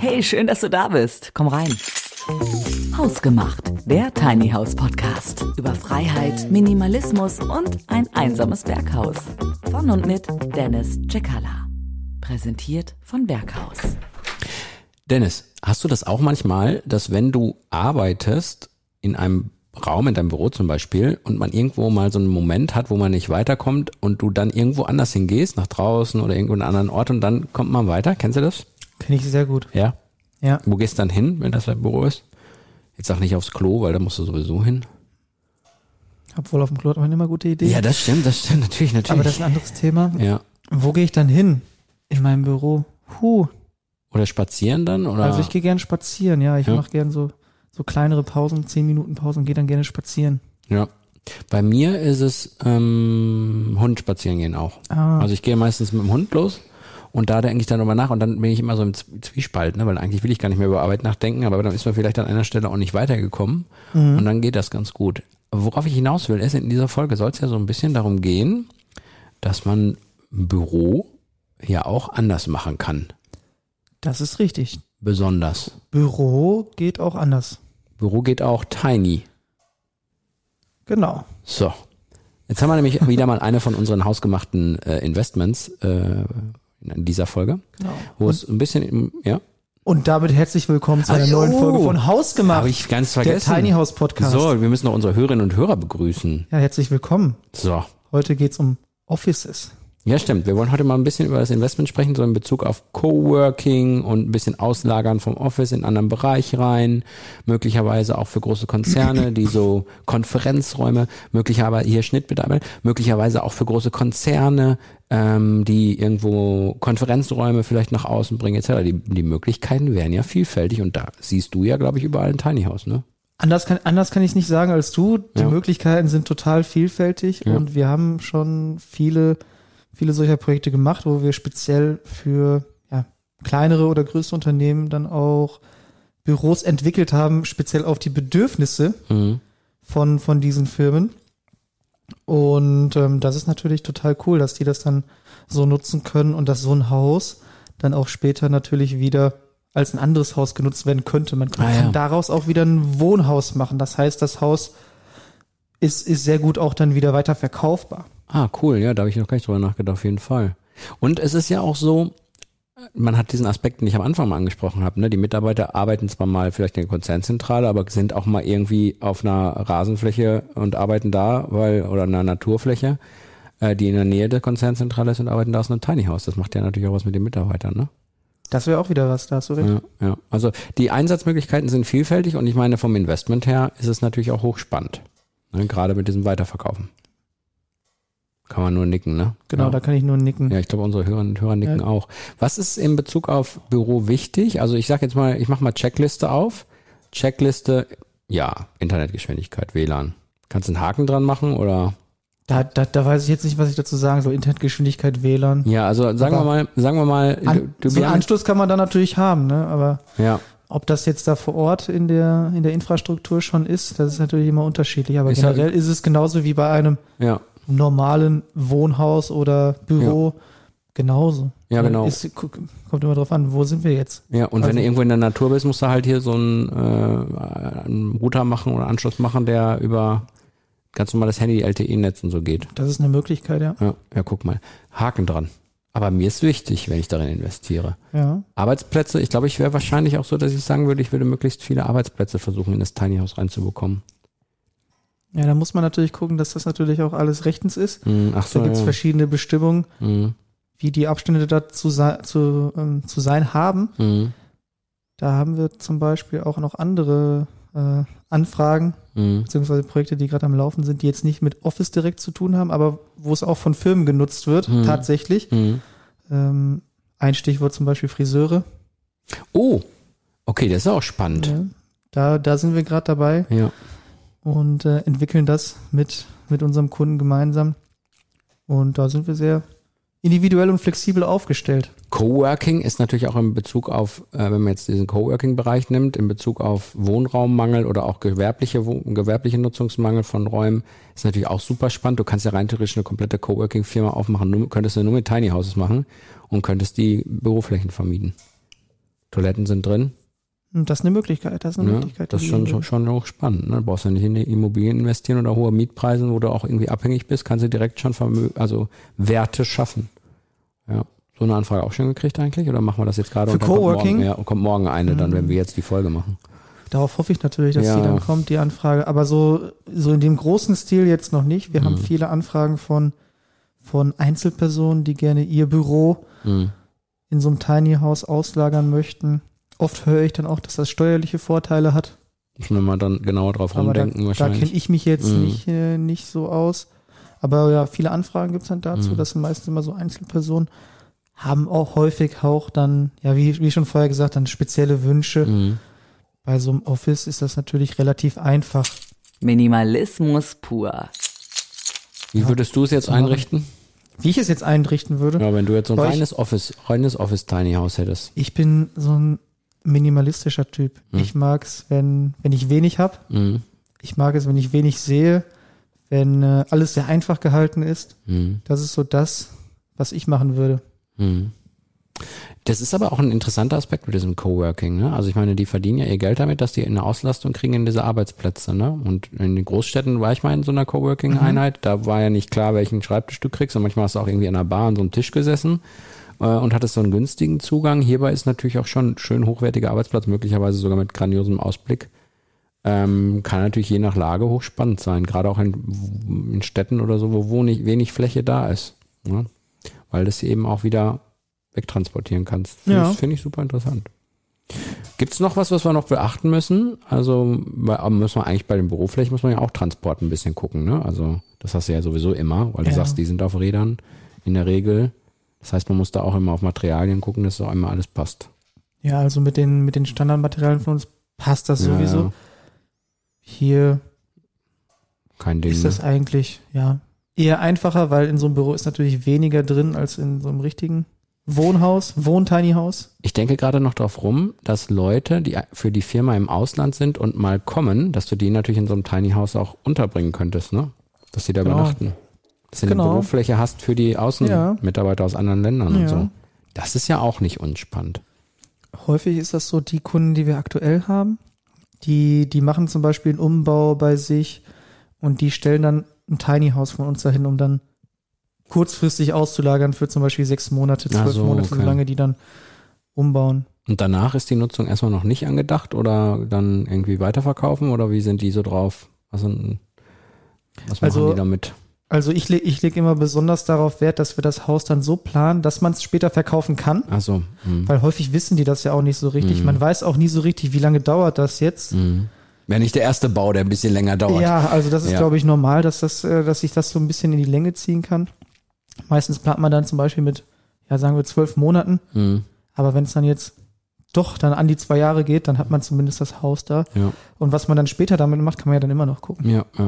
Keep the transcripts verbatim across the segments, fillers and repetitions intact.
Hey, schön, dass du da bist. Komm rein. Hausgemacht, der Tiny House Podcast über Freiheit, Minimalismus und ein einsames Berghaus. Von und mit Dennis Cekala. Präsentiert von Berghaus. Dennis, hast du das auch manchmal, dass wenn du arbeitest in einem Raum, in deinem Büro zum Beispiel, und man irgendwo mal so einen Moment hat, wo man nicht weiterkommt und du dann irgendwo anders hingehst, nach draußen oder irgendwo an einen anderen Ort und dann kommt man weiter? Kennst du das? Kenn ich sehr gut. Ja? Ja. Wo gehst du dann hin, wenn das dein Büro ist? Jetzt sag nicht aufs Klo, weil da musst du sowieso hin. Obwohl auf dem Klo hat man immer gute Ideen. Ja, das stimmt, das stimmt, natürlich, natürlich. Aber das ist ein anderes Thema. Ja. Wo gehe ich dann hin? In meinem Büro. Huh. Oder spazieren dann? Oder? Also ich gehe gern spazieren, ja. Ich Ja. mache gern so, so kleinere Pausen, zehn Minuten Pausen und gehe dann gerne spazieren. Ja. Bei mir ist es ähm, Hund spazieren gehen auch. Ah. Also ich gehe meistens mit dem Hund los und da denke ich dann nochmal nach und dann bin ich immer so im Zwiespalt, ne? Weil eigentlich will ich gar nicht mehr über Arbeit nachdenken, aber dann ist man vielleicht an einer Stelle auch nicht weitergekommen Mhm. und dann geht das ganz gut. Worauf ich hinaus will, ist, in dieser Folge soll es ja so ein bisschen darum gehen, dass man ein Büro ja auch anders machen kann. Das ist richtig. Besonders. Büro geht auch anders. Büro geht auch tiny. Genau. So. Jetzt haben wir nämlich wieder mal eine von unseren hausgemachten äh, Investments äh, in dieser Folge, genau. wo es ein bisschen, im, ja. Und damit herzlich willkommen zu einer Ah, neuen oh. Folge von Hausgemacht. Habe ich ganz der vergessen. Tiny House Podcast. So, wir müssen noch unsere Hörerinnen und Hörer begrüßen. Ja, herzlich willkommen. So. Heute geht's um Offices. Ja, stimmt. Wir wollen heute mal ein bisschen über das Investment sprechen, so in Bezug auf Coworking und ein bisschen Auslagern vom Office in einen anderen Bereich rein. Möglicherweise auch für große Konzerne, die so Konferenzräume, möglicherweise hier Schnittbedarf, möglicherweise auch für große Konzerne, ähm, die irgendwo Konferenzräume vielleicht nach außen bringen et cetera. Die, die Möglichkeiten wären ja vielfältig und da siehst du ja, glaube ich, überall ein Tiny House, ne? Anders kann, anders kann ich nicht sagen als du. Die Ja. Möglichkeiten sind total vielfältig Ja. und wir haben schon viele viele solcher Projekte gemacht, wo wir speziell für ja, kleinere oder größere Unternehmen dann auch Büros entwickelt haben, speziell auf die Bedürfnisse Mhm. von, von diesen Firmen. Und ähm, das ist natürlich total cool, dass die das dann so nutzen können und dass so ein Haus dann auch später natürlich wieder als ein anderes Haus genutzt werden könnte. Man kann Ah, ja. daraus auch wieder ein Wohnhaus machen. Das heißt, das Haus ist, ist sehr gut auch dann wieder weiter verkaufbar. Ah, cool, ja, da habe ich noch gar nicht drüber nachgedacht, auf jeden Fall. Und es ist ja auch so, man hat diesen Aspekt, den ich am Anfang mal angesprochen habe, ne? Die Mitarbeiter arbeiten zwar mal vielleicht in der Konzernzentrale, aber sind auch mal irgendwie auf einer Rasenfläche und arbeiten da, weil, oder einer Naturfläche, äh, die in der Nähe der Konzernzentrale ist und arbeiten da aus einem Tiny House. Das macht ja natürlich auch was mit den Mitarbeitern, ne? Das wäre auch wieder was, da hast du recht. Ja, ja. Also die Einsatzmöglichkeiten sind vielfältig und ich meine, vom Investment her ist es natürlich auch hochspannend. Ne? Gerade mit diesem Weiterverkaufen. Kann man nur nicken, ne? Genau, ja. da kann ich nur nicken. Ja, ich glaube, unsere Hörerinnen und Hörer nicken Ja. auch. Was ist in Bezug auf Büro wichtig? Also ich sage jetzt mal, ich mache mal Checkliste auf. Checkliste, ja, Internetgeschwindigkeit, W L A N. Kannst du einen Haken dran machen oder? Da, da, da weiß ich jetzt nicht, was ich dazu sagen soll. Internetgeschwindigkeit, W L A N. Ja, also sagen Aber wir mal, sagen wir mal, An, du, du so einen wir haben- Anschluss kann man da natürlich haben, ne? Aber ja, ob das jetzt da vor Ort in der in der Infrastruktur schon ist, das ist natürlich immer unterschiedlich. Aber Ist generell halt- ist es genauso wie bei einem ja, normalen Wohnhaus oder Büro genauso. Ja, genau. Ist, guck, kommt immer drauf an, wo sind wir jetzt? ja. Und Also- wenn du irgendwo in der Natur bist, musst du halt hier so einen, äh, einen Router machen oder Anschluss machen, der über ganz normales Handy, L T E-Netz und so geht. Das ist eine Möglichkeit, ja. Ja, ja, guck mal. Haken dran. Aber mir ist wichtig, wenn ich darin investiere. Ja. Arbeitsplätze, ich glaube, ich wäre wahrscheinlich auch so, dass ich sagen würde, ich würde möglichst viele Arbeitsplätze versuchen, in das Tiny House reinzubekommen. Ja, da muss man natürlich gucken, dass das natürlich auch alles rechtens ist. Hm, ach so, Da gibt es ja. verschiedene Bestimmungen, Hm, wie die Abstände da zu, sei- zu, ähm, zu sein haben. hm, Da haben wir zum Beispiel auch noch andere äh, Anfragen, hm, beziehungsweise Projekte, die gerade am Laufen sind, die jetzt nicht mit Office direkt zu tun haben, aber wo es auch von Firmen genutzt wird, Hm. tatsächlich. hm. Ähm, ein Stichwort zum Beispiel Friseure. Oh, okay, das ist auch spannend. Ja, da, da sind wir gerade dabei Ja. und äh, entwickeln das mit, mit unserem Kunden gemeinsam. Und da sind wir sehr individuell und flexibel aufgestellt. Coworking ist natürlich auch in Bezug auf, äh, wenn man jetzt diesen Coworking-Bereich nimmt, in Bezug auf Wohnraummangel oder auch gewerbliche, Wo- gewerbliche Nutzungsmangel von Räumen, ist natürlich auch super spannend. Du kannst ja rein theoretisch eine komplette Coworking-Firma aufmachen, nur, könntest du nur mit Tiny Houses machen und könntest die Büroflächen vermieten. Toiletten sind drin. Und das ist eine Möglichkeit. Das ist eine Ja, Möglichkeit. das ist schon, schon, schon auch spannend. Ne? Du brauchst ja nicht in die Immobilien investieren oder hohe Mietpreise, wo du auch irgendwie abhängig bist, kannst du direkt schon Vermö- also Werte schaffen. Ja. So eine Anfrage auch schon gekriegt eigentlich? Oder machen wir das jetzt gerade? Für und dann kommt Coworking? morgen, ja, kommt morgen eine, dann, Mhm. wenn wir jetzt die Folge machen. Darauf hoffe ich natürlich, dass Ja. die dann kommt, die Anfrage. Aber so, so in dem großen Stil jetzt noch nicht. Wir Mhm. haben viele Anfragen von, von Einzelpersonen, die gerne ihr Büro Mhm. in so einem Tiny House auslagern möchten. Oft höre ich dann auch, dass das steuerliche Vorteile hat. Müssen wir mal dann genauer drauf Aber da, rumdenken da wahrscheinlich. kenne ich mich jetzt Mhm. nicht, äh, nicht so aus. Aber ja, viele Anfragen gibt es dann dazu. Mhm. Das sind meistens immer so Einzelpersonen. Haben auch häufig auch dann, ja, wie, wie schon vorher gesagt, dann spezielle Wünsche. Mhm. Bei so einem Office ist das natürlich relativ einfach. Minimalismus pur. Wie würdest du es jetzt zu machen. einrichten? Wie ich es jetzt einrichten würde. Ja, wenn du jetzt so ein Aber ich- reines Office, reines Office Tiny House hättest. Ich bin so ein minimalistischer Typ. Mhm. Ich mag es, wenn, wenn ich wenig habe. Mhm. Ich mag es, wenn ich wenig sehe. Wenn äh, alles sehr einfach gehalten ist. Mhm. Das ist so das, was ich machen würde. Mhm. Das ist aber auch ein interessanter Aspekt mit diesem Coworking, ne? Also ich meine, die verdienen ja ihr Geld damit, dass die eine Auslastung kriegen in diese Arbeitsplätze, ne? Und in den Großstädten war ich mal in so einer Coworking-Einheit, da war ja nicht klar, welchen Schreibtisch du kriegst, und manchmal hast du auch irgendwie an einer Bar an so einem Tisch gesessen äh, und hattest so einen günstigen Zugang. Hierbei ist natürlich auch schon ein schön hochwertiger Arbeitsplatz, möglicherweise sogar mit grandiosem Ausblick. Ähm, kann natürlich je nach Lage hochspannend sein, gerade auch in, in Städten oder so, wo wenig, wenig Fläche da ist, ne? Weil das eben auch wieder wegtransportieren kannst. Finde Ja. ich, find ich super interessant. Gibt es noch was, was wir noch beachten müssen? Also bei, müssen wir eigentlich bei den Büroflächen muss man ja auch Transport ein bisschen gucken, ne? Also das hast du ja sowieso immer, weil du Ja. sagst, die sind auf Rädern in der Regel. Das heißt, man muss da auch immer auf Materialien gucken, dass auch immer alles passt. Ja, also mit den, mit den Standardmaterialien von uns passt das Ja, sowieso. ja. Hier Kein Ding. ist das Ne? eigentlich, ja, eher einfacher, weil in so einem Büro ist natürlich weniger drin als in so einem richtigen Wohnhaus, Wohn-Tiny-Haus. Ich denke gerade noch drauf rum, dass Leute, die für die Firma im Ausland sind und mal kommen, dass du die natürlich in so einem Tiny House auch unterbringen könntest, ne? Dass die da Genau. übernachten. Dass du Genau. eine Bürofläche hast für die Außenmitarbeiter aus anderen Ländern und Ja. so. Das ist ja auch nicht unspannend. Häufig ist das so, die Kunden, die wir aktuell haben, die, die machen zum Beispiel einen Umbau bei sich und die stellen dann ein Tiny House von uns dahin, um dann kurzfristig auszulagern für zum Beispiel sechs Monate, Ach zwölf so, Monate, okay. solange die dann umbauen. Und danach ist die Nutzung erstmal noch nicht angedacht oder dann irgendwie weiterverkaufen oder wie sind die so drauf? Was, sind, was machen Also- die damit? Also ich, le ich lege immer besonders darauf Wert, dass wir das Haus dann so planen, dass man es später verkaufen kann. Achso. Hm. Weil häufig wissen die das ja auch nicht so richtig. Mhm. Man weiß auch nie so richtig, wie lange dauert das jetzt. Hm. Wäre nicht der erste Bau, der ein bisschen länger dauert. Ja, also das ist, Ja. glaube ich, normal, dass das, äh, dass sich das so ein bisschen in die Länge ziehen kann. Meistens plant man dann zum Beispiel mit, ja, sagen wir zwölf Monaten. Hm. Aber wenn es dann jetzt doch dann an die zwei Jahre geht, dann hat man zumindest das Haus da. Ja. Und was man dann später damit macht, kann man ja dann immer noch gucken. Ja, ja.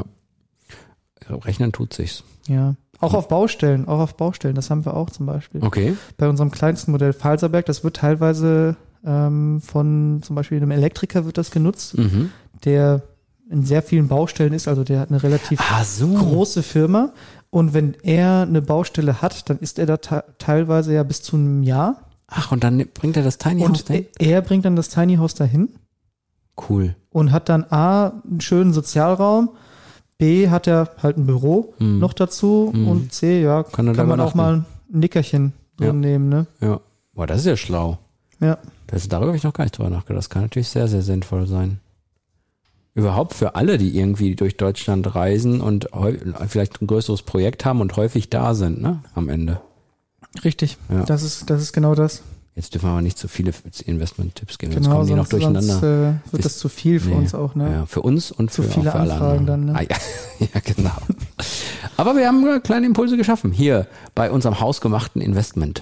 Also rechnen tut sich's. Ja. Auch auf Baustellen, auch auf Baustellen, das haben wir auch zum Beispiel. Okay. Bei unserem kleinsten Modell Pfalzerberg, das wird teilweise ähm, von zum Beispiel einem Elektriker wird das genutzt, Mhm. der in sehr vielen Baustellen ist, also der hat eine relativ Ah, so. große Firma. Und wenn er eine Baustelle hat, dann ist er da te- teilweise ja bis zu einem Jahr. Ach, und dann bringt er das Tiny House Und dahin? er bringt dann das Tiny House dahin Cool. und hat dann A, einen schönen Sozialraum, B, hat er halt ein Büro Mhm. noch dazu Mhm. und C, ja, Kann kann, er da man auch übernachten. mal ein Nickerchen drin Ja. nehmen, ne? Ja. Boah, das ist ja schlau. Ja. Das, darüber habe ich noch gar nicht drüber nachgedacht. Das kann natürlich sehr, sehr sinnvoll sein. Überhaupt für alle, die irgendwie durch Deutschland reisen und häu- vielleicht ein größeres Projekt haben und häufig da sind, ne? Am Ende. Richtig. Ja. Das ist, das ist genau das. Jetzt dürfen wir aber nicht zu viele Investment-Tipps geben, sonst Genau, kommen die noch sonst, sonst durcheinander. äh, wird Ist- das zu viel für Nee. uns auch, ne? Ja, für uns und Zu für, viele auch für alle Anfragen anderen. dann, ne? Ah, ja. ja, genau. Aber wir haben kleine Impulse geschaffen. Hier bei unserem hausgemachten Investment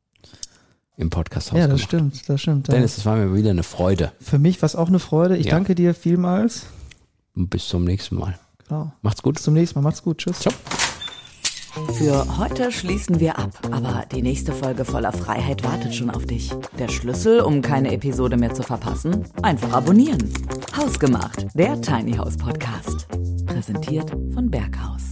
im Podcast Ja, das hausgemacht. stimmt, das stimmt. Ja. Dennis, das war mir wieder eine Freude. Für mich war es auch eine Freude. Ich Ja. danke dir vielmals. Und bis zum nächsten Mal. Genau. Macht's gut. Bis zum nächsten Mal. Macht's gut. Tschüss. Ciao. Für heute schließen wir ab, aber die nächste Folge voller Freiheit wartet schon auf dich. Der Schlüssel, um keine Episode mehr zu verpassen? Einfach abonnieren. Hausgemacht, der Tiny House Podcast. Präsentiert von Berghaus.